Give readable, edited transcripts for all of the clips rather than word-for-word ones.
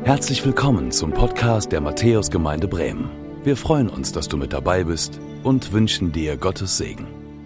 Herzlich willkommen zum Podcast der Matthäusgemeinde Bremen. Wir freuen uns, dass du mit dabei bist und wünschen dir Gottes Segen.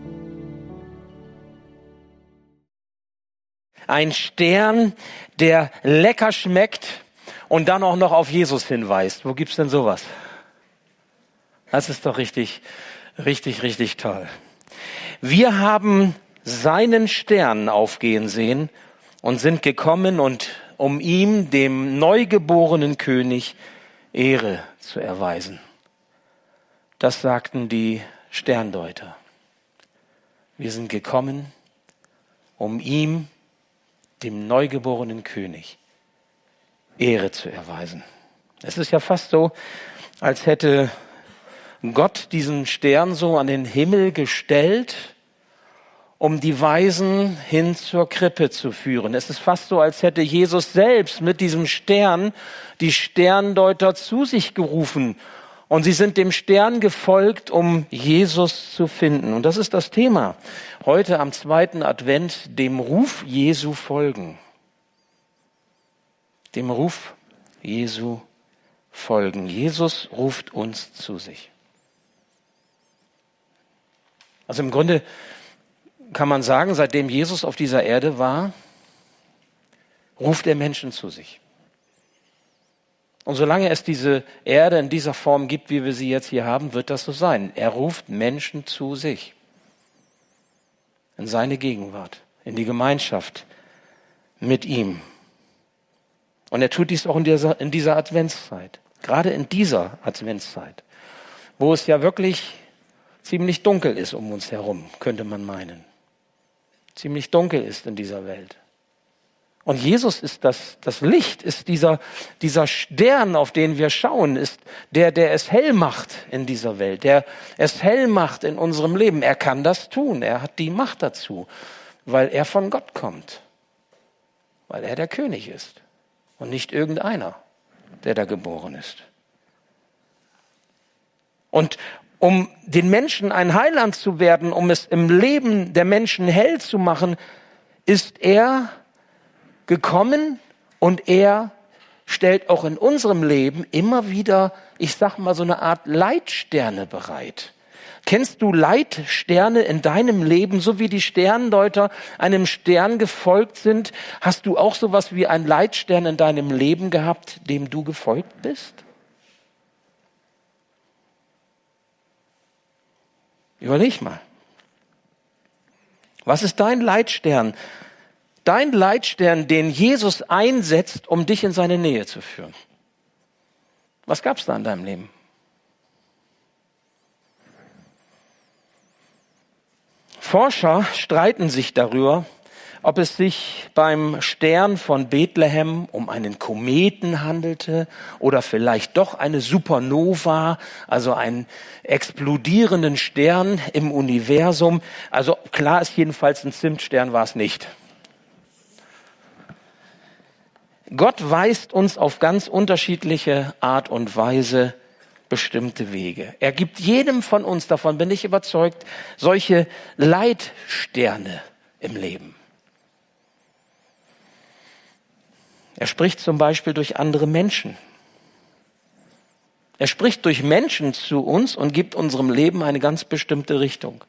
Ein Stern, der lecker schmeckt und dann auch noch auf Jesus hinweist. Wo gibt's denn sowas? Das ist doch richtig toll. Wir haben seinen Stern aufgehen sehen und sind gekommen, und um ihm, dem neugeborenen König, Ehre zu erweisen. Das sagten die Sterndeuter. Wir sind gekommen, um ihm, dem neugeborenen König, Ehre zu erweisen. Es ist ja fast so, als hätte Gott diesen Stern so an den Himmel gestellt, um die Weisen hin zur Krippe zu führen. Es ist fast so, als hätte Jesus selbst mit diesem Stern die Sterndeuter zu sich gerufen. Und sie sind dem Stern gefolgt, um Jesus zu finden. Und das ist das Thema. Heute am 2. Advent, dem Ruf Jesu folgen. Dem Ruf Jesu folgen. Jesus ruft uns zu sich. Also im Grunde kann man sagen, seitdem Jesus auf dieser Erde war, ruft er Menschen zu sich. Und solange es diese Erde in dieser Form gibt, wie wir sie jetzt hier haben, wird das so sein. Er ruft Menschen zu sich. In seine Gegenwart, in die Gemeinschaft mit ihm. Und er tut dies auch in dieser Adventszeit. Gerade in dieser Adventszeit, wo es ja wirklich ziemlich dunkel ist um uns herum, könnte man meinen. Ziemlich dunkel ist in dieser Welt. Und Jesus ist das Licht, ist dieser Stern, auf den wir schauen, ist der es hell macht in dieser Welt, der es hell macht in unserem Leben. Er kann das tun, er hat die Macht dazu, weil er von Gott kommt, weil er der König ist und nicht irgendeiner, der da geboren ist. Und um den Menschen ein Heiland zu werden, um es im Leben der Menschen hell zu machen, ist er gekommen, und er stellt auch in unserem Leben immer wieder, ich sag mal, so eine Art Leitsterne bereit. Kennst du Leitsterne in deinem Leben, so wie die Sterndeuter einem Stern gefolgt sind? Hast du auch sowas wie einen Leitstern in deinem Leben gehabt, dem du gefolgt bist? Überleg mal. Was ist dein Leitstern? Dein Leitstern, den Jesus einsetzt, um dich in seine Nähe zu führen. Was gab's da in deinem Leben? Forscher streiten sich darüber, ob es sich beim Stern von Bethlehem um einen Kometen handelte oder vielleicht doch eine Supernova, also einen explodierenden Stern im Universum. Also klar ist jedenfalls, ein Zimtstern war es nicht. Gott weist uns auf ganz unterschiedliche Art und Weise bestimmte Wege. Er gibt jedem von uns, davon bin ich überzeugt, solche Leitsterne im Leben. Er spricht zum Beispiel durch andere Menschen. Er spricht durch Menschen zu uns und gibt unserem Leben eine ganz bestimmte Richtung.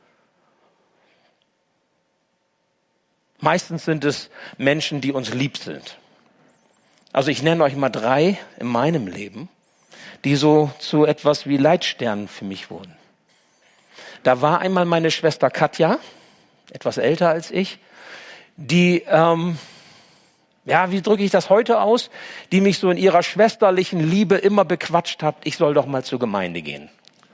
Meistens sind es Menschen, die uns lieb sind. Also ich nenne euch mal 3 in meinem Leben, die so zu etwas wie Leitsternen für mich wurden. Da war einmal meine Schwester Katja, etwas älter als ich, die wie drücke ich das heute aus, die mich so in ihrer schwesterlichen Liebe immer bequatscht hat, ich soll doch mal zur Gemeinde gehen.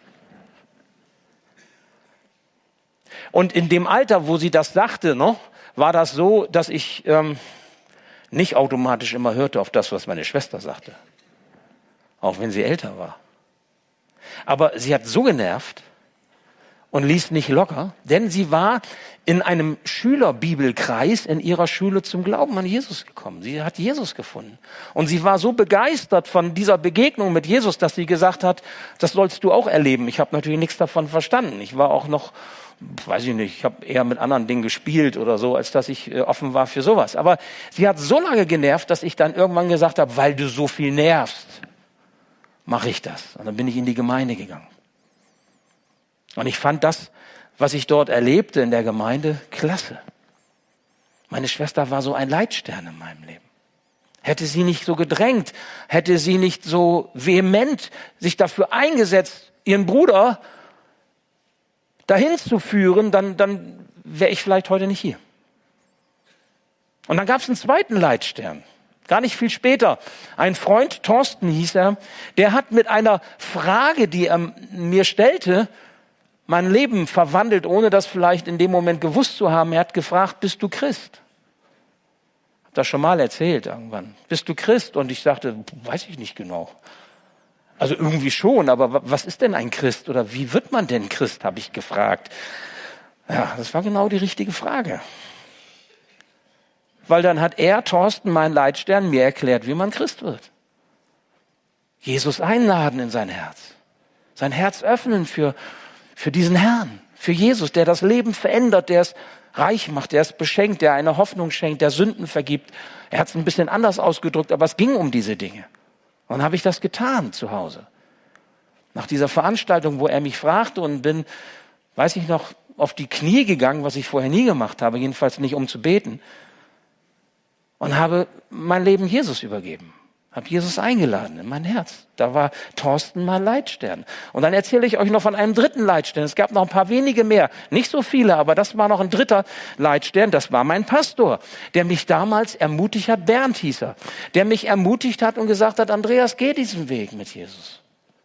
Und in dem Alter, wo sie das sagte, war das so, dass ich nicht automatisch immer hörte auf das, was meine Schwester sagte. Auch wenn sie älter war. Aber sie hat so genervt und ließ nicht locker, denn sie war in einem Schülerbibelkreis in ihrer Schule zum Glauben an Jesus gekommen. Sie hat Jesus gefunden. Und sie war so begeistert von dieser Begegnung mit Jesus, dass sie gesagt hat, das sollst du auch erleben. Ich habe natürlich nichts davon verstanden. Ich war auch noch weiß ich nicht, ich habe eher mit anderen Dingen gespielt oder so, als dass ich offen war für sowas. Aber sie hat so lange genervt, dass ich dann irgendwann gesagt habe, weil du so viel nervst, mache ich das. Und dann bin ich in die Gemeinde gegangen. Und ich fand das, was ich dort erlebte in der Gemeinde, klasse. Meine Schwester war so ein Leitstern in meinem Leben. Hätte sie nicht so gedrängt, hätte sie nicht so vehement sich dafür eingesetzt, ihren Bruder dahin zu führen, dann wäre ich vielleicht heute nicht hier. Und dann gab es einen zweiten Leitstern, gar nicht viel später. Ein Freund, Thorsten hieß er, der hat mit einer Frage, die er mir stellte, mein Leben verwandelt, ohne das vielleicht in dem Moment gewusst zu haben. Er hat gefragt, bist du Christ? Hab das schon mal erzählt irgendwann. Bist du Christ? Und ich sagte, weiß ich nicht genau. Also irgendwie schon, aber was ist denn ein Christ? Oder wie wird man denn Christ, habe ich gefragt. Ja, das war genau die richtige Frage. Weil dann hat er, Thorsten, mein Leitstern, mir erklärt, wie man Christ wird. Jesus einladen in sein Herz. Sein Herz öffnen für diesen Herrn, für Jesus, der das Leben verändert, der es reich macht, der es beschenkt, der eine Hoffnung schenkt, der Sünden vergibt. Er hat es ein bisschen anders ausgedrückt, aber es ging um diese Dinge. Und dann habe ich das getan zu Hause. Nach dieser Veranstaltung, wo er mich fragte und bin, weiß ich noch, auf die Knie gegangen, was ich vorher nie gemacht habe, jedenfalls nicht um zu beten, und habe mein Leben Jesus übergeben. Habe Jesus eingeladen in mein Herz. Da war Thorsten mein Leitstern. Und dann erzähle ich euch noch von einem dritten Leitstern. Es gab noch ein paar wenige mehr. Nicht so viele, aber das war noch ein dritter Leitstern. Das war mein Pastor, der mich damals ermutigt hat. Bernd hieß er. Der mich ermutigt hat und gesagt hat, Andreas, geh diesen Weg mit Jesus.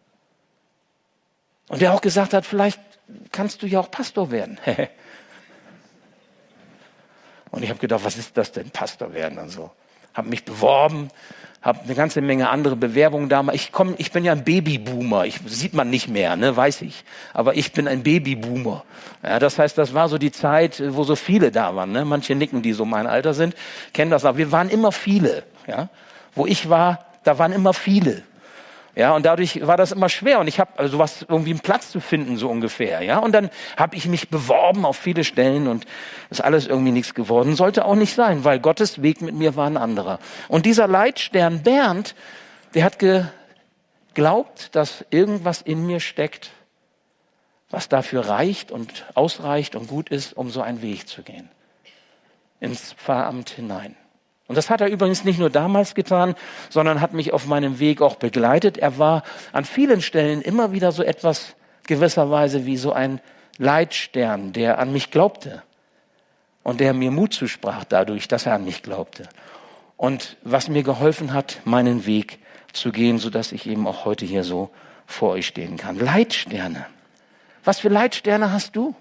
Und der auch gesagt hat, vielleicht kannst du ja auch Pastor werden. Und ich habe gedacht, was ist das denn, Pastor werden und so. Habe mich beworben, habe eine ganze Menge andere Bewerbungen damals. Ich bin ja ein Babyboomer, sieht man nicht mehr, ne, weiß ich. Aber ich bin ein Babyboomer. Ja, das heißt, das war so die Zeit, wo so viele da waren. Ne? Manche nicken, die so mein Alter sind, kennen das. Aber wir waren immer viele. Ja? Wo ich war, da waren immer viele. Ja, und dadurch war das immer schwer. Und ich habe sowas irgendwie einen Platz zu finden, so ungefähr. Ja, und dann habe ich mich beworben auf viele Stellen und ist alles irgendwie nichts geworden. Sollte auch nicht sein, weil Gottes Weg mit mir war ein anderer. Und dieser Leitstern Bernd, der hat geglaubt, dass irgendwas in mir steckt, was dafür reicht und ausreicht und gut ist, um so einen Weg zu gehen. Ins Pfarramt hinein. Und das hat er übrigens nicht nur damals getan, sondern hat mich auf meinem Weg auch begleitet. Er war an vielen Stellen immer wieder so etwas gewisserweise wie so ein Leitstern, der an mich glaubte und der mir Mut zusprach dadurch, dass er an mich glaubte. Und was mir geholfen hat, meinen Weg zu gehen, sodass ich eben auch heute hier so vor euch stehen kann. Leitsterne. Was für Leitsterne hast du?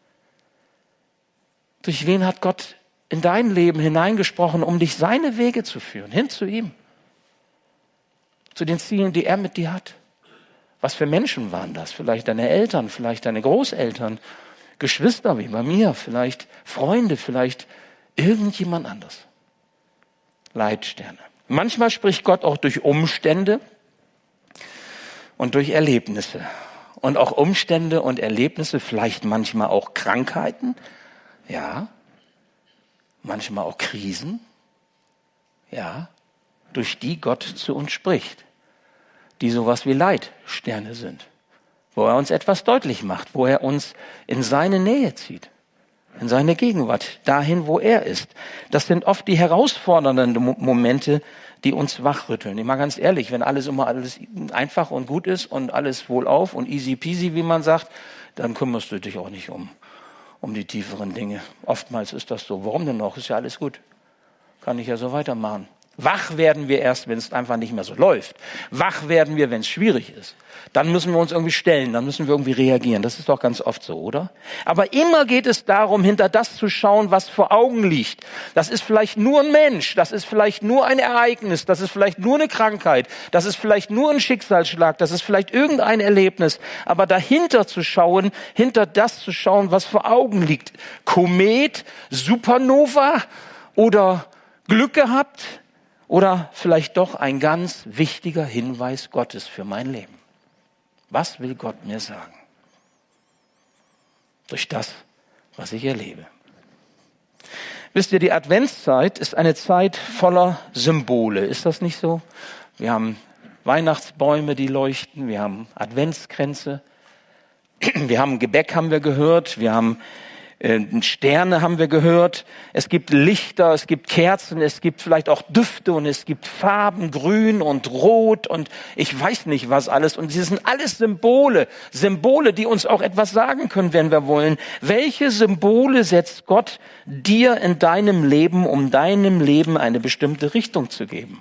Durch wen hat Gott in dein Leben hineingesprochen, um dich seine Wege zu führen, hin zu ihm, zu den Zielen, die er mit dir hat? Was für Menschen waren das? Vielleicht deine Eltern, vielleicht deine Großeltern, Geschwister wie bei mir, vielleicht Freunde, vielleicht irgendjemand anders. Leitsterne. Manchmal spricht Gott auch durch Umstände und durch Erlebnisse. Und auch Umstände und Erlebnisse, vielleicht manchmal auch Krankheiten, ja, manchmal auch Krisen, ja, durch die Gott zu uns spricht, die sowas wie Leitsterne sind, wo er uns etwas deutlich macht, wo er uns in seine Nähe zieht, in seine Gegenwart, dahin, wo er ist. Das sind oft die herausfordernden Momente, die uns wachrütteln. Ich mal ganz ehrlich, wenn alles immer alles einfach und gut ist und alles wohlauf und easy peasy, wie man sagt, dann kümmerst du dich auch nicht um die tieferen Dinge. Oftmals ist das so. Warum denn noch? Ist ja alles gut. Kann ich ja so weitermachen. Wach werden wir erst, wenn es einfach nicht mehr so läuft. Wach werden wir, wenn es schwierig ist. Dann müssen wir uns irgendwie stellen, dann müssen wir irgendwie reagieren. Das ist doch ganz oft so, oder? Aber immer geht es darum, hinter das zu schauen, was vor Augen liegt. Das ist vielleicht nur ein Mensch, das ist vielleicht nur ein Ereignis, das ist vielleicht nur eine Krankheit, das ist vielleicht nur ein Schicksalsschlag, das ist vielleicht irgendein Erlebnis. Aber dahinter zu schauen, hinter das zu schauen, was vor Augen liegt. Komet, Supernova oder Glück gehabt oder vielleicht doch ein ganz wichtiger Hinweis Gottes für mein Leben. Was will Gott mir sagen? durch das, was ich erlebe. Wisst ihr, die Adventszeit ist eine Zeit voller Symbole. Ist das nicht so? Wir haben Weihnachtsbäume, die leuchten. Wir haben Adventskränze. Wir haben Gebäck, haben wir gehört. Wir haben Sterne, haben wir gehört. Es gibt Lichter, es gibt Kerzen, es gibt vielleicht auch Düfte und es gibt Farben, grün und rot und ich weiß nicht was alles. Und sie sind alles Symbole, die uns auch etwas sagen können, wenn wir wollen. Welche Symbole setzt Gott dir in deinem Leben, um deinem Leben eine bestimmte Richtung zu geben?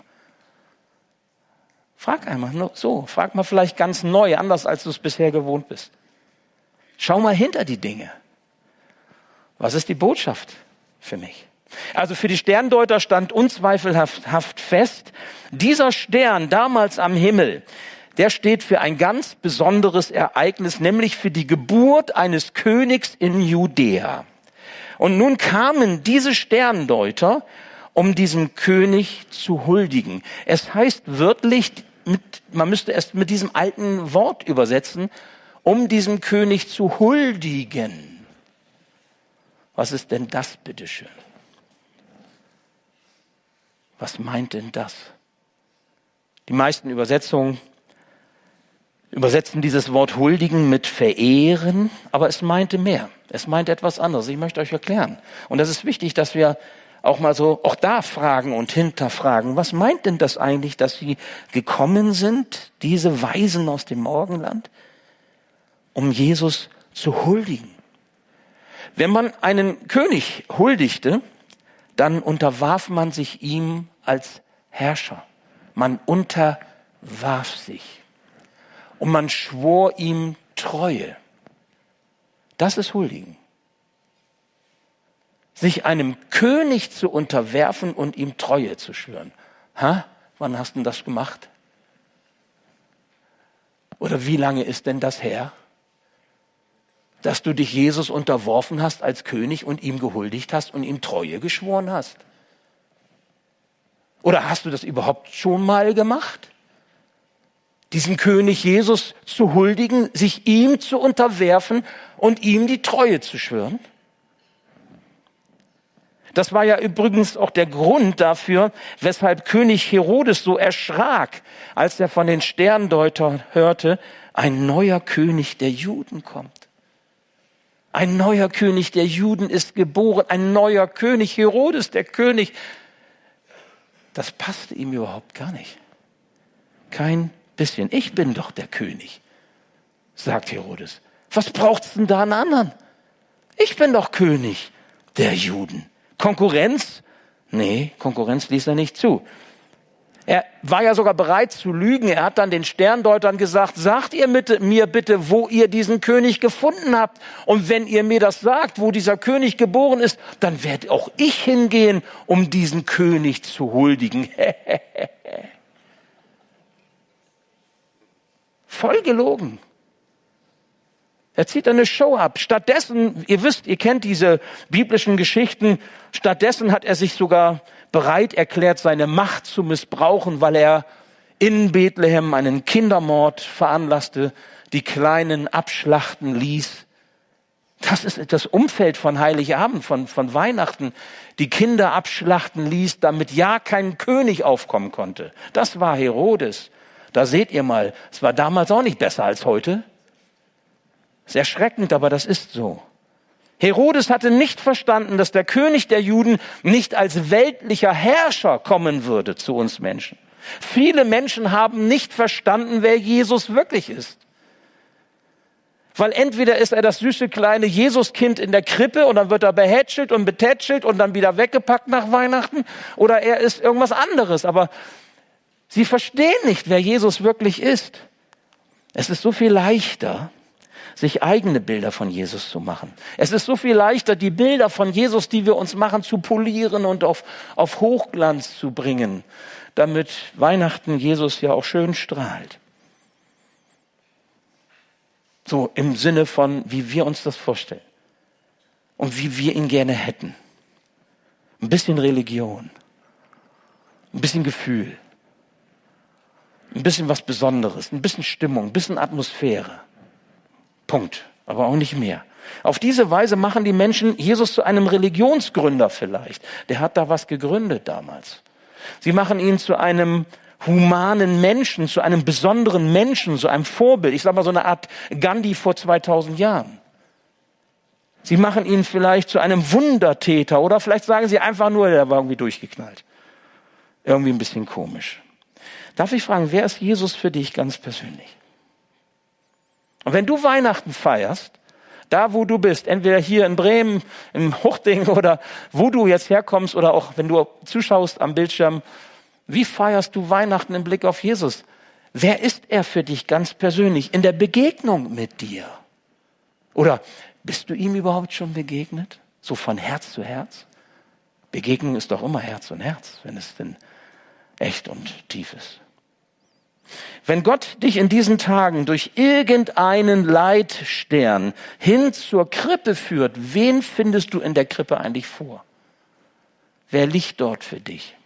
Frag einmal nur so, frag mal vielleicht ganz neu, anders als du es bisher gewohnt bist. Schau mal hinter die Dinge. Was ist die Botschaft für mich? Also für die Sterndeuter stand unzweifelhaft fest, dieser Stern damals am Himmel, der steht für ein ganz besonderes Ereignis, nämlich für die Geburt eines Königs in Judäa. Und nun kamen diese Sterndeuter, um diesem König zu huldigen. Es heißt wörtlich, man müsste es mit diesem alten Wort übersetzen, um diesem König zu huldigen. Was ist denn das, bitteschön? Was meint denn das? Die meisten Übersetzungen übersetzen dieses Wort huldigen mit verehren, aber es meinte mehr. Es meint etwas anderes. Ich möchte euch erklären. Und das ist wichtig, dass wir auch mal so, auch da fragen und hinterfragen. Was meint denn das eigentlich, dass sie gekommen sind, diese Weisen aus dem Morgenland, um Jesus zu huldigen? Wenn man einen König huldigte, dann unterwarf man sich ihm als Herrscher. Man unterwarf sich. Und man schwor ihm Treue. Das ist Huldigen. Sich einem König zu unterwerfen und ihm Treue zu schwören. Wann hast du das gemacht? Oder wie lange ist denn das her? Dass du dich Jesus unterworfen hast als König und ihm gehuldigt hast und ihm Treue geschworen hast? Oder hast du das überhaupt schon mal gemacht? Diesem König Jesus zu huldigen, sich ihm zu unterwerfen und ihm die Treue zu schwören? Das war ja übrigens auch der Grund dafür, weshalb König Herodes so erschrak, als er von den Sterndeutern hörte, ein neuer König der Juden kommt. Ein neuer König der Juden ist geboren, ein neuer König, Herodes, der König. Das passte ihm überhaupt gar nicht. Kein bisschen. Ich bin doch der König, sagt Herodes. Was braucht's denn da an anderen? Ich bin doch König der Juden. Konkurrenz? Nee, Konkurrenz ließ er nicht zu. Er war ja sogar bereit zu lügen. Er hat dann den Sterndeutern gesagt, sagt ihr mir bitte, wo ihr diesen König gefunden habt. Und wenn ihr mir das sagt, wo dieser König geboren ist, dann werde auch ich hingehen, um diesen König zu huldigen. Voll gelogen. Er zieht eine Show ab. Stattdessen, ihr wisst, ihr kennt diese biblischen Geschichten, stattdessen hat er sich sogar bereit erklärt, seine Macht zu missbrauchen, weil er in Bethlehem einen Kindermord veranlasste, die Kleinen abschlachten ließ. Das ist das Umfeld von Heiligabend, von Weihnachten. Die Kinder abschlachten ließ, damit ja kein König aufkommen konnte. Das war Herodes. Da seht ihr mal, es war damals auch nicht besser als heute. Ist erschreckend, aber das ist so. Herodes hatte nicht verstanden, dass der König der Juden nicht als weltlicher Herrscher kommen würde zu uns Menschen. Viele Menschen haben nicht verstanden, wer Jesus wirklich ist. Weil entweder ist er das süße kleine Jesuskind in der Krippe und dann wird er behätschelt und betätschelt und dann wieder weggepackt nach Weihnachten, oder er ist irgendwas anderes. Aber sie verstehen nicht, wer Jesus wirklich ist. Es ist so viel leichter, sich eigene Bilder von Jesus zu machen. Es ist so viel leichter, die Bilder von Jesus, die wir uns machen, zu polieren und auf Hochglanz zu bringen, damit Weihnachten Jesus ja auch schön strahlt. So im Sinne von, wie wir uns das vorstellen und wie wir ihn gerne hätten. Ein bisschen Religion, ein bisschen Gefühl, ein bisschen was Besonderes, ein bisschen Stimmung, ein bisschen Atmosphäre. Punkt. aber auch nicht mehr. Auf diese Weise machen die Menschen Jesus zu einem Religionsgründer vielleicht. Der hat da was gegründet damals. Sie machen ihn zu einem humanen Menschen, zu einem besonderen Menschen, zu einem Vorbild. Ich sage mal so eine Art Gandhi vor 2000 Jahren. Sie machen ihn vielleicht zu einem Wundertäter oder vielleicht sagen sie einfach nur, der war irgendwie durchgeknallt. Irgendwie ein bisschen komisch. Darf ich fragen, wer ist Jesus für dich ganz persönlich? Und wenn du Weihnachten feierst, da wo du bist, entweder hier in Bremen, im Huchting oder wo du jetzt herkommst oder auch wenn du zuschaust am Bildschirm, wie feierst du Weihnachten im Blick auf Jesus? Wer ist er für dich ganz persönlich in der Begegnung mit dir? Oder bist du ihm überhaupt schon begegnet? So von Herz zu Herz? Begegnung ist doch immer Herz und Herz, wenn es denn echt und tief ist. Wenn Gott dich in diesen Tagen durch irgendeinen Leitstern hin zur Krippe führt, wen findest du in der Krippe eigentlich vor? Wer liegt dort für dich?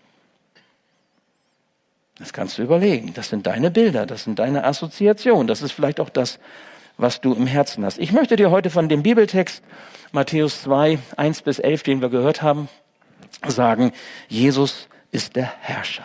Das kannst du überlegen. Das sind deine Bilder, das sind deine Assoziationen. Das ist vielleicht auch das, was du im Herzen hast. Ich möchte dir heute von dem Bibeltext Matthäus 2, 1-11, den wir gehört haben, sagen, Jesus ist der Herrscher.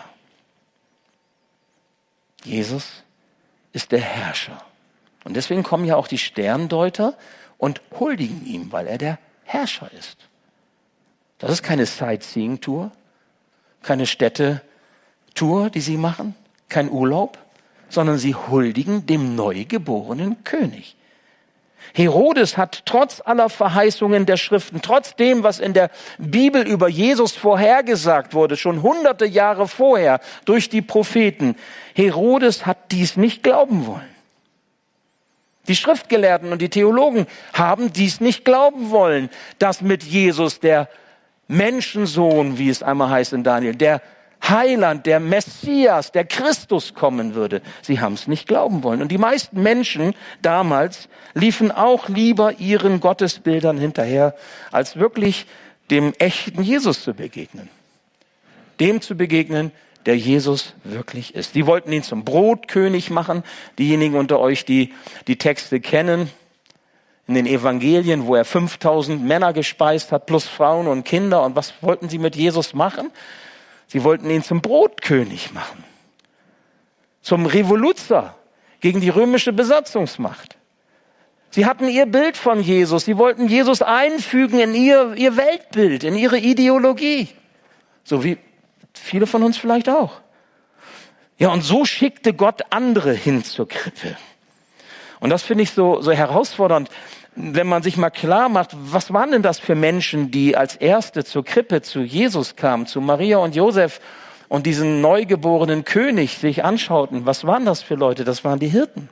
Jesus ist der Herrscher. Und deswegen kommen ja auch die Sterndeuter und huldigen ihm, weil er der Herrscher ist. Das ist keine Sightseeing-Tour, keine Städte-Tour, die sie machen, kein Urlaub, sondern sie huldigen dem neugeborenen König. Herodes hat trotz aller Verheißungen der Schriften, trotz dem, was in der Bibel über Jesus vorhergesagt wurde, schon hunderte Jahre vorher durch die Propheten, Herodes hat dies nicht glauben wollen. Die Schriftgelehrten und die Theologen haben dies nicht glauben wollen, dass mit Jesus der Menschensohn, wie es einmal heißt in Daniel, der Heiland, der Messias, der Christus kommen würde. Sie haben es nicht glauben wollen. Und die meisten Menschen damals liefen auch lieber ihren Gottesbildern hinterher, als wirklich dem echten Jesus zu begegnen. Dem zu begegnen, der Jesus wirklich ist. Sie wollten ihn zum Brotkönig machen. Diejenigen unter euch, die die Texte kennen, in den Evangelien, wo er 5000 Männer gespeist hat, plus Frauen und Kinder. Und was wollten sie mit Jesus machen? Sie wollten ihn zum Brotkönig machen. Zum Revoluzer gegen die römische Besatzungsmacht. Sie hatten ihr Bild von Jesus. Sie wollten Jesus einfügen in ihr Weltbild, in ihre Ideologie. So wie viele von uns vielleicht auch. Ja, und so schickte Gott andere hin zur Krippe. Und das finde ich so herausfordernd, wenn man sich mal klar macht, was waren denn das für Menschen, die als Erste zur Krippe zu Jesus kamen, zu Maria und Josef und diesen neugeborenen König sich anschauten. Was waren das für Leute? Das waren die Hirten.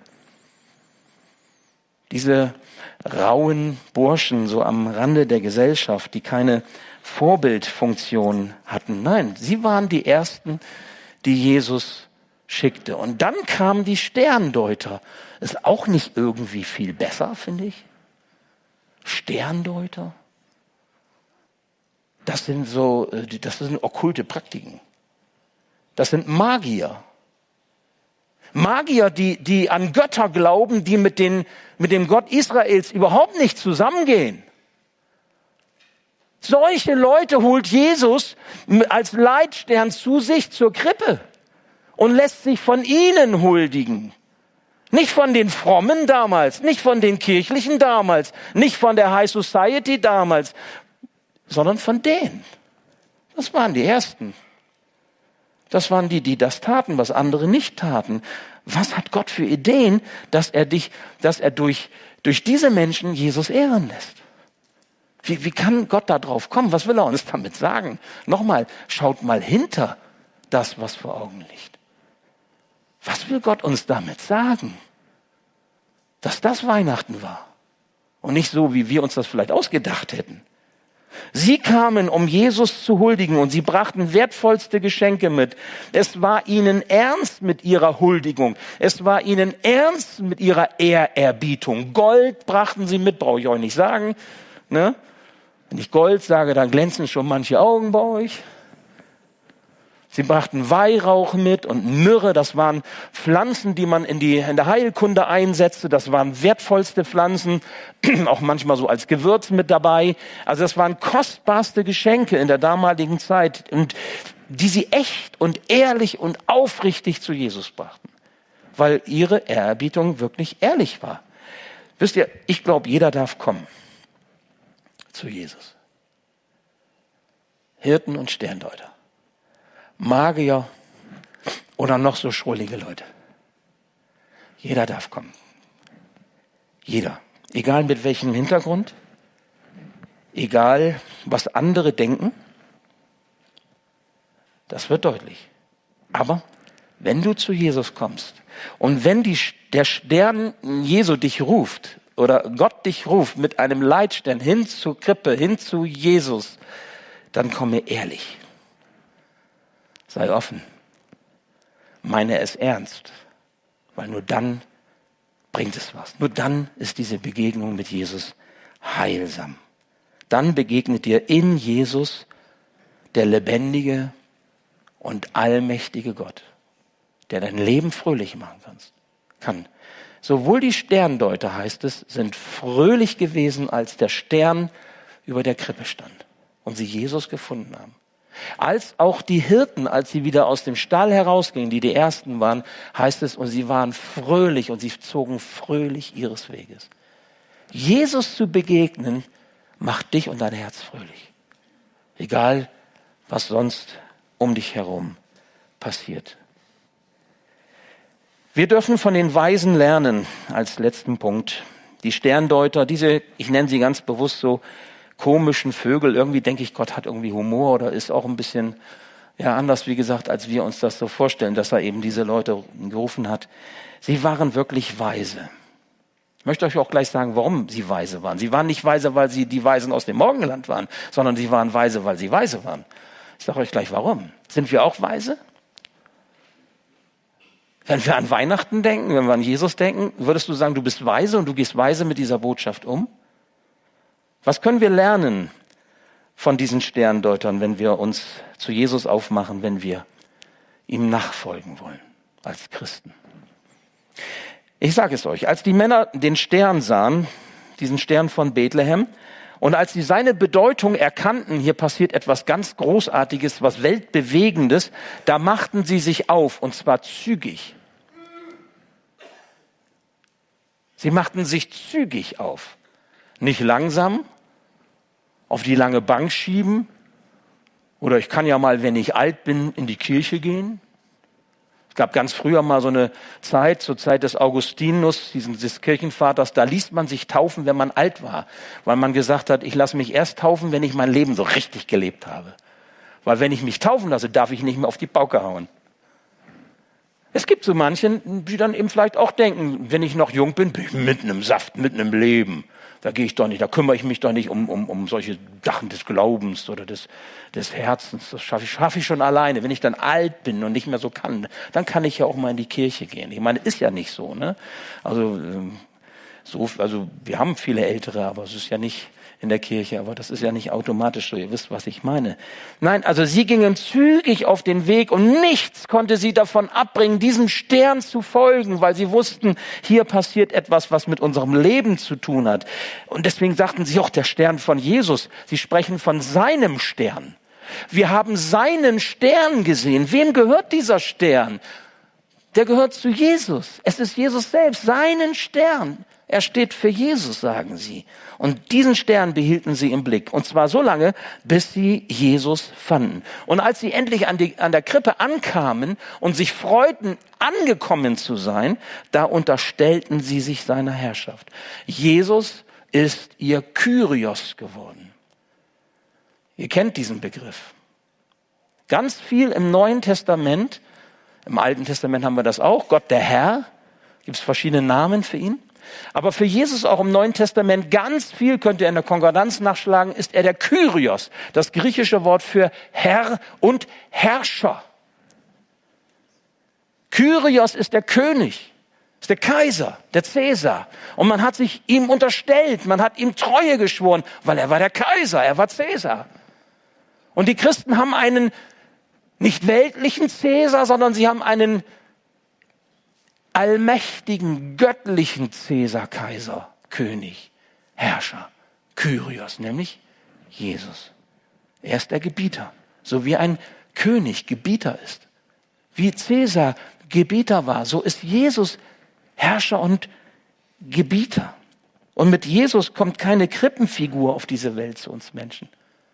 Diese rauen Burschen so am Rande der Gesellschaft, die keine Vorbildfunktion hatten. Nein, sie waren die Ersten, die Jesus schickte. Und dann kamen die Sterndeuter. Ist auch nicht irgendwie viel besser, finde ich. Sterndeuter? Das sind okkulte Praktiken. Das sind Magier. Magier, die an Götter glauben, die mit dem Gott Israels überhaupt nicht zusammengehen. Solche Leute holt Jesus als Leitstern zu sich zur Krippe und lässt sich von ihnen huldigen. Nicht von den Frommen damals, nicht von den Kirchlichen damals, nicht von der High Society damals, sondern von denen. Das waren die Ersten. Das waren die das taten, was andere nicht taten. Was hat Gott für Ideen, dass er durch diese Menschen Jesus ehren lässt? Wie kann Gott da drauf kommen? Was will er uns damit sagen? Nochmal, schaut mal hinter das, was vor Augen liegt. Was will Gott uns damit sagen? Dass das Weihnachten war. Und nicht so, wie wir uns das vielleicht ausgedacht hätten. Sie kamen, um Jesus zu huldigen, und sie brachten wertvollste Geschenke mit. Es war ihnen ernst mit ihrer Huldigung. Es war ihnen ernst mit ihrer Ehrerbietung. Gold brachten sie mit, brauche ich euch nicht sagen. Ne? Wenn ich Gold sage, dann glänzen schon manche Augen bei euch. Sie brachten Weihrauch mit und Myrrhe, das waren Pflanzen, die man in der Heilkunde einsetzte. Das waren wertvollste Pflanzen, auch manchmal so als Gewürz mit dabei. Also das waren kostbarste Geschenke in der damaligen Zeit, und die sie echt und ehrlich und aufrichtig zu Jesus brachten, weil ihre Ehrerbietung wirklich ehrlich war. Wisst ihr, ich glaube, jeder darf kommen zu Jesus. Hirten und Sterndeuter. Magier oder noch so schrullige Leute. Jeder darf kommen. Jeder. Egal mit welchem Hintergrund, egal was andere denken, das wird deutlich. Aber wenn du zu Jesus kommst und wenn der Stern Jesu dich ruft oder Gott dich ruft mit einem Leitstern hin zur Krippe, hin zu Jesus, dann komme ehrlich. Sei offen. Meine es ernst. Weil nur dann bringt es was. Nur dann ist diese Begegnung mit Jesus heilsam. Dann begegnet dir in Jesus der lebendige und allmächtige Gott, der dein Leben fröhlich machen kann. Sowohl die Sterndeuter, heißt es, sind fröhlich gewesen, als der Stern über der Krippe stand und sie Jesus gefunden haben. Als auch die Hirten, als sie wieder aus dem Stall herausgingen, die ersten waren, heißt es, und sie waren fröhlich und sie zogen fröhlich ihres Weges. Jesus zu begegnen, macht dich und dein Herz fröhlich. Egal, was sonst um dich herum passiert. Wir dürfen von den Weisen lernen, als letzten Punkt. Die Sterndeuter, ich nenne sie ganz bewusst so, komischen Vögel. Irgendwie denke ich, Gott hat irgendwie Humor oder ist auch ein bisschen anders, wie gesagt, als wir uns das so vorstellen, dass er eben diese Leute gerufen hat. Sie waren wirklich weise. Ich möchte euch auch gleich sagen, warum sie weise waren. Sie waren nicht weise, weil sie die Weisen aus dem Morgenland waren, sondern sie waren weise, weil sie weise waren. Ich sage euch gleich, warum. Sind wir auch weise? Wenn wir an Weihnachten denken, wenn wir an Jesus denken, würdest du sagen, du bist weise und du gehst weise mit dieser Botschaft um? Was können wir lernen von diesen Sterndeutern, wenn wir uns zu Jesus aufmachen, wenn wir ihm nachfolgen wollen als Christen? Ich sage es euch, als die Männer den Stern sahen, diesen Stern von Bethlehem, und als sie seine Bedeutung erkannten, hier passiert etwas ganz Großartiges, was Weltbewegendes, da machten sie sich auf, und zwar zügig. Sie machten sich zügig auf. Nicht langsam, auf die lange Bank schieben, oder ich kann ja mal, wenn ich alt bin, in die Kirche gehen. Es gab ganz früher mal so eine Zeit, zur Zeit des Augustinus, des Kirchenvaters, da ließ man sich taufen, wenn man alt war, weil man gesagt hat, ich lasse mich erst taufen, wenn ich mein Leben so richtig gelebt habe. Weil wenn ich mich taufen lasse, darf ich nicht mehr auf die Pauke hauen. Es gibt so manchen, die dann eben vielleicht auch denken, wenn ich noch jung bin ich mitten im Saft, mitten im Leben. Da gehe ich doch nicht, da kümmere ich mich doch nicht um solche Sachen des Glaubens oder des Herzens. Das schaffe ich schon alleine. Wenn ich dann alt bin und nicht mehr so kann, dann kann ich ja auch mal in die Kirche gehen. Ich meine, ist ja nicht so, ne? Also wir haben viele Ältere, aber es ist ja nicht in der Kirche, aber das ist ja nicht automatisch so. Ihr wisst, was ich meine. Nein, also sie gingen zügig auf den Weg und nichts konnte sie davon abbringen, diesem Stern zu folgen, weil sie wussten, hier passiert etwas, was mit unserem Leben zu tun hat. Und deswegen sagten sie auch, der Stern von Jesus. Sie sprechen von seinem Stern. Wir haben seinen Stern gesehen. Wem gehört dieser Stern? Der gehört zu Jesus. Es ist Jesus selbst, seinen Stern. Er steht für Jesus, sagen sie. Und diesen Stern behielten sie im Blick. Und zwar so lange, bis sie Jesus fanden. Und als sie endlich an der Krippe ankamen und sich freuten, angekommen zu sein, da unterstellten sie sich seiner Herrschaft. Jesus ist ihr Kyrios geworden. Ihr kennt diesen Begriff. Ganz viel im Neuen Testament, im Alten Testament haben wir das auch, Gott der Herr, gibt es verschiedene Namen für ihn. Aber für Jesus auch im Neuen Testament ganz viel, könnt ihr in der Konkordanz nachschlagen, ist er der Kyrios, das griechische Wort für Herr und Herrscher. Kyrios ist der König, ist der Kaiser, der Cäsar. Und man hat sich ihm unterstellt, man hat ihm Treue geschworen, weil er war der Kaiser, er war Cäsar. Und die Christen haben einen nicht weltlichen Cäsar, sondern sie haben einen allmächtigen, göttlichen Cäsar, Kaiser, König, Herrscher, Kyrios, nämlich Jesus. Er ist der Gebieter, so wie ein König Gebieter ist. Wie Cäsar Gebieter war, so ist Jesus Herrscher und Gebieter. Und mit Jesus kommt keine Krippenfigur auf diese Welt zu uns Menschen,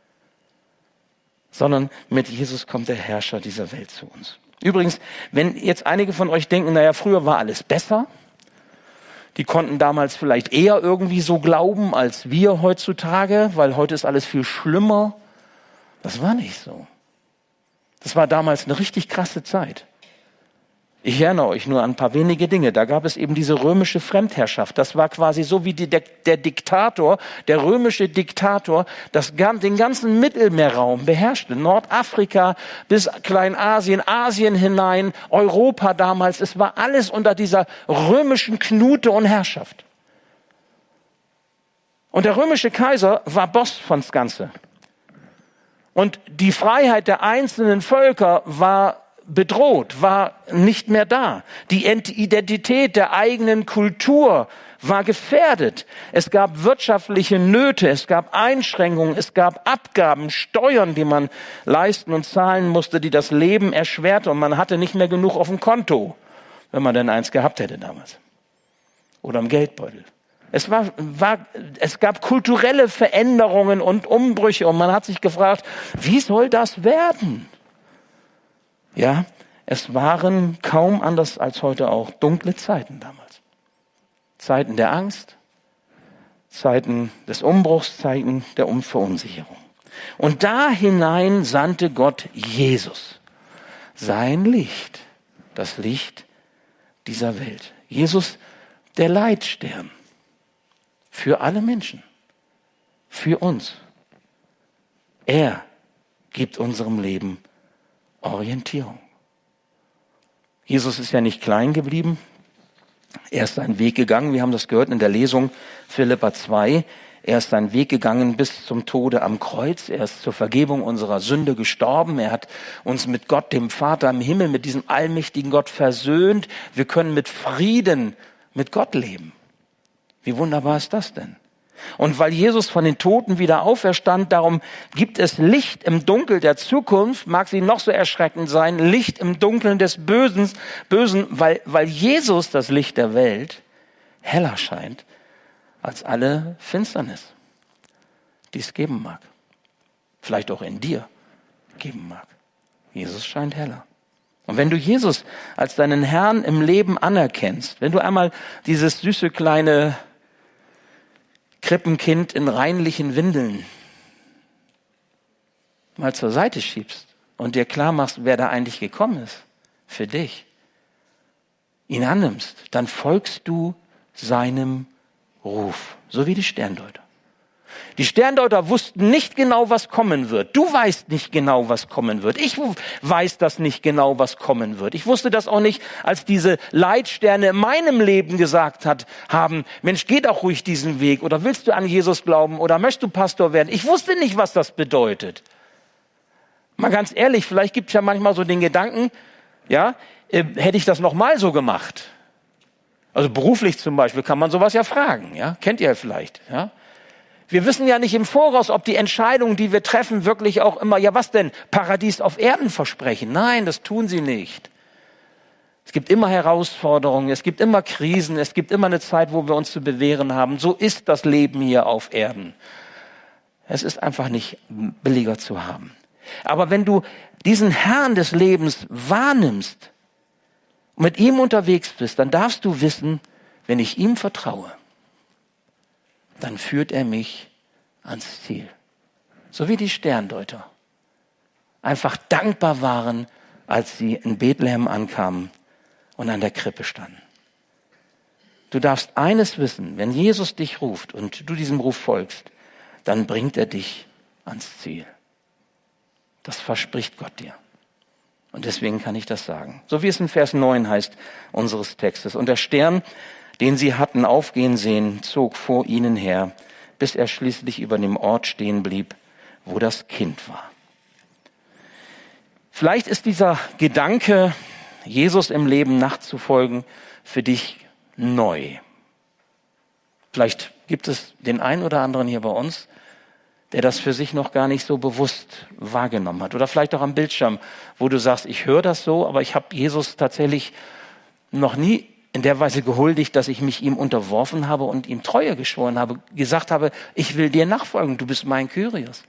sondern mit Jesus kommt der Herrscher dieser Welt zu uns. Übrigens, wenn jetzt einige von euch denken, naja, früher war alles besser, die konnten damals vielleicht eher irgendwie so glauben als wir heutzutage, weil heute ist alles viel schlimmer. Das war nicht so. Das war damals eine richtig krasse Zeit. Ich erinnere euch nur an ein paar wenige Dinge. Da gab es eben diese römische Fremdherrschaft. Das war quasi so wie der Diktator, der römische Diktator, den ganzen Mittelmeerraum beherrschte. Nordafrika bis Kleinasien, Asien hinein, Europa damals. Es war alles unter dieser römischen Knute und Herrschaft. Und der römische Kaiser war Boss von das Ganze. Und die Freiheit der einzelnen Völker war bedroht, war nicht mehr da. Die Identität der eigenen Kultur war gefährdet. Es gab wirtschaftliche Nöte, es gab Einschränkungen, es gab Abgaben, Steuern, die man leisten und zahlen musste, die das Leben erschwerte. Und man hatte nicht mehr genug auf dem Konto, wenn man denn eins gehabt hätte damals. Oder im Geldbeutel. Es gab kulturelle Veränderungen und Umbrüche und man hat sich gefragt, wie soll das werden? Ja, es waren kaum anders als heute auch dunkle Zeiten damals. Zeiten der Angst, Zeiten des Umbruchs, Zeiten der Verunsicherung. Und da hinein sandte Gott Jesus, sein Licht, das Licht dieser Welt. Jesus, der Leitstern für alle Menschen, für uns. Er gibt unserem Leben Orientierung. Jesus ist ja nicht klein geblieben. Er ist seinen Weg gegangen. Wir haben das gehört in der Lesung Philipper 2. Er ist seinen Weg gegangen bis zum Tode am Kreuz. Er ist zur Vergebung unserer Sünde gestorben. Er hat uns mit Gott, dem Vater im Himmel, mit diesem allmächtigen Gott versöhnt. Wir können mit Frieden mit Gott leben. Wie wunderbar ist das denn? Und weil Jesus von den Toten wieder auferstand, darum gibt es Licht im Dunkel der Zukunft, mag sie noch so erschreckend sein, Licht im Dunkeln des Bösen, weil Jesus, das Licht der Welt, heller scheint als alle Finsternis, die es geben mag. Vielleicht auch in dir geben mag. Jesus scheint heller. Und wenn du Jesus als deinen Herrn im Leben anerkennst, wenn du einmal dieses süße kleine Krippenkind in reinlichen Windeln mal zur Seite schiebst und dir klar machst, wer da eigentlich gekommen ist, für dich, ihn annimmst, dann folgst du seinem Ruf, so wie die Sterndeuter. Die Sterndeuter wussten nicht genau, was kommen wird. Du weißt nicht genau, was kommen wird. Ich weiß das nicht genau, was kommen wird. Ich wusste das auch nicht, als diese Leitsterne in meinem Leben gesagt haben, Mensch, geh doch ruhig diesen Weg. Oder willst du an Jesus glauben? Oder möchtest du Pastor werden? Ich wusste nicht, was das bedeutet. Mal ganz ehrlich, vielleicht gibt es ja manchmal so den Gedanken, ja, hätte ich das nochmal so gemacht? Also beruflich zum Beispiel kann man sowas ja fragen, ja? Kennt ihr vielleicht, ja? Wir wissen ja nicht im Voraus, ob die Entscheidungen, die wir treffen, wirklich auch immer, ja was denn, Paradies auf Erden versprechen. Nein, das tun sie nicht. Es gibt immer Herausforderungen, es gibt immer Krisen, es gibt immer eine Zeit, wo wir uns zu bewähren haben. So ist das Leben hier auf Erden. Es ist einfach nicht billiger zu haben. Aber wenn du diesen Herrn des Lebens wahrnimmst und mit ihm unterwegs bist, dann darfst du wissen, wenn ich ihm vertraue, dann führt er mich ans Ziel. So wie die Sterndeuter einfach dankbar waren, als sie in Bethlehem ankamen und an der Krippe standen. Du darfst eines wissen, wenn Jesus dich ruft und du diesem Ruf folgst, dann bringt er dich ans Ziel. Das verspricht Gott dir. Und deswegen kann ich das sagen. So wie es in Vers 9 heißt unseres Textes. Und der Stern, den sie hatten aufgehen sehen, zog vor ihnen her, bis er schließlich über dem Ort stehen blieb, wo das Kind war. Vielleicht ist dieser Gedanke, Jesus im Leben nachzufolgen, für dich neu. Vielleicht gibt es den einen oder anderen hier bei uns, der das für sich noch gar nicht so bewusst wahrgenommen hat. Oder vielleicht auch am Bildschirm, wo du sagst, ich höre das so, aber ich habe Jesus tatsächlich noch nie in der Weise gehuldigt, dass ich mich ihm unterworfen habe und ihm Treue geschworen habe, gesagt habe, ich will dir nachfolgen, du bist mein Kyrios.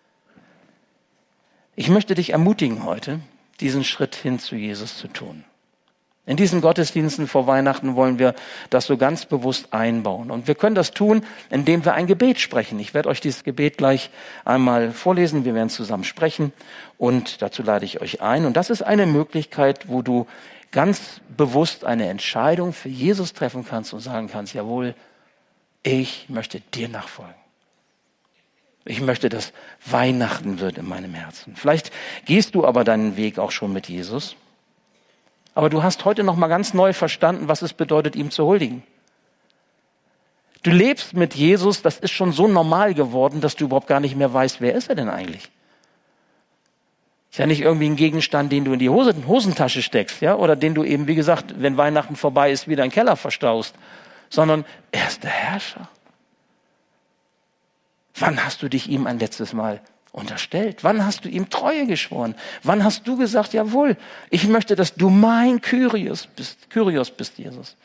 Ich möchte dich ermutigen heute, diesen Schritt hin zu Jesus zu tun. In diesen Gottesdiensten vor Weihnachten wollen wir das so ganz bewusst einbauen. Und wir können das tun, indem wir ein Gebet sprechen. Ich werde euch dieses Gebet gleich einmal vorlesen. Wir werden zusammen sprechen und dazu lade ich euch ein. Und das ist eine Möglichkeit, wo du ganz bewusst eine Entscheidung für Jesus treffen kannst und sagen kannst, jawohl, ich möchte dir nachfolgen. Ich möchte, dass Weihnachten wird in meinem Herzen. Vielleicht gehst du aber deinen Weg auch schon mit Jesus. Aber du hast heute noch mal ganz neu verstanden, was es bedeutet, ihm zu huldigen. Du lebst mit Jesus, das ist schon so normal geworden, dass du überhaupt gar nicht mehr weißt, wer ist er denn eigentlich? Ist ja nicht irgendwie ein Gegenstand, den du in die Hosentasche steckst, ja, oder den du eben, wie gesagt, wenn Weihnachten vorbei ist, wieder in den Keller verstaust, sondern er ist der Herrscher. Wann hast du dich ihm ein letztes Mal unterstellt? Wann hast du ihm Treue geschworen? Wann hast du gesagt, jawohl, ich möchte, dass du mein Kyrios bist, Jesus.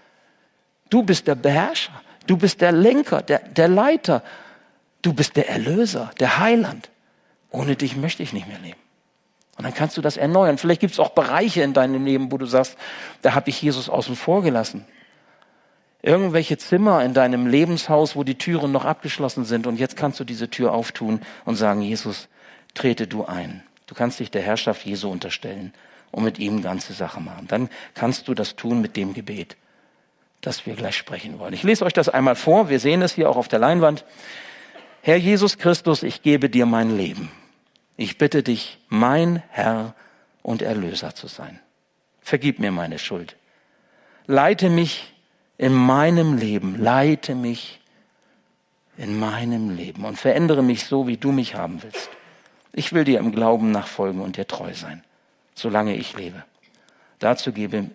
Du bist der Beherrscher, du bist der Lenker, der Leiter, du bist der Erlöser, der Heiland. Ohne dich möchte ich nicht mehr leben. Und dann kannst du das erneuern. Vielleicht gibt es auch Bereiche in deinem Leben, wo du sagst, da habe ich Jesus außen vor gelassen. Irgendwelche Zimmer in deinem Lebenshaus, wo die Türen noch abgeschlossen sind und jetzt kannst du diese Tür auftun und sagen, Jesus, trete du ein. Du kannst dich der Herrschaft Jesu unterstellen und mit ihm ganze Sache machen. Dann kannst du das tun mit dem Gebet, das wir gleich sprechen wollen. Ich lese euch das einmal vor, wir sehen es hier auch auf der Leinwand. Herr Jesus Christus, ich gebe dir mein Leben. Ich bitte dich, mein Herr und Erlöser zu sein. Vergib mir meine Schuld. Leite mich in meinem Leben, leite mich in meinem Leben und verändere mich so, wie du mich haben willst. Ich will dir im Glauben nachfolgen und dir treu sein, solange ich lebe. Dazu gebe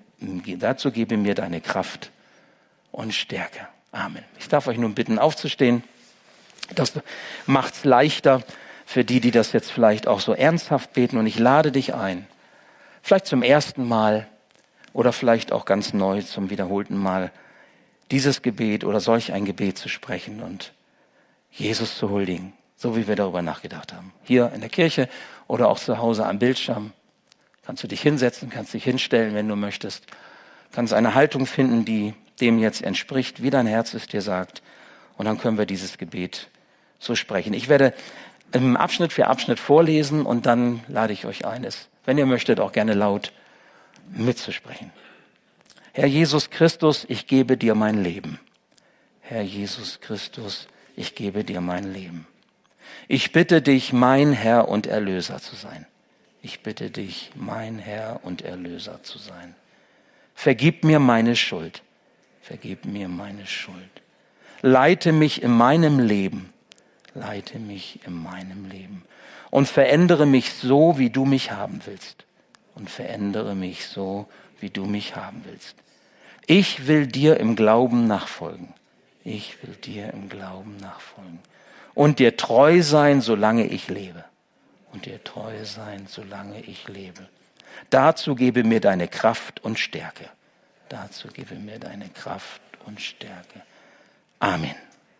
mir deine Kraft und Stärke. Amen. Ich darf euch nun bitten, aufzustehen. Das macht es leichter für die das jetzt vielleicht auch so ernsthaft beten. Und ich lade dich ein, vielleicht zum ersten Mal oder vielleicht auch ganz neu zum wiederholten Mal, dieses Gebet oder solch ein Gebet zu sprechen und Jesus zu huldigen, so wie wir darüber nachgedacht haben. Hier in der Kirche oder auch zu Hause am Bildschirm kannst du dich hinsetzen, kannst dich hinstellen, wenn du möchtest. Kannst eine Haltung finden, die dem jetzt entspricht, wie dein Herz es dir sagt. Und dann können wir dieses Gebet so sprechen. Ich werde Abschnitt für Abschnitt vorlesen und dann lade ich euch ein, es, wenn ihr möchtet, auch gerne laut mitzusprechen. Herr Jesus Christus, ich gebe dir mein Leben. Herr Jesus Christus, ich gebe dir mein Leben. Ich bitte dich, mein Herr und Erlöser zu sein. Ich bitte dich, mein Herr und Erlöser zu sein. Vergib mir meine Schuld. Vergib mir meine Schuld. Leite mich in meinem Leben. Leite mich in meinem Leben. Und verändere mich so, wie du mich haben willst. Und verändere mich so, wie du mich haben willst. Ich will dir im Glauben nachfolgen. Ich will dir im Glauben nachfolgen. Und dir treu sein, solange ich lebe. Und dir treu sein, solange ich lebe. Dazu gebe mir deine Kraft und Stärke. Dazu gebe mir deine Kraft und Stärke. Amen.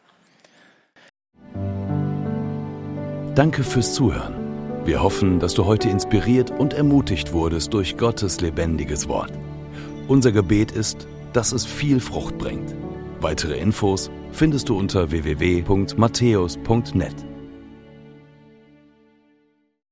Danke fürs Zuhören. Wir hoffen, dass du heute inspiriert und ermutigt wurdest durch Gottes lebendiges Wort. Unser Gebet ist, dass es viel Frucht bringt. Weitere Infos findest du unter www.matthäus.net.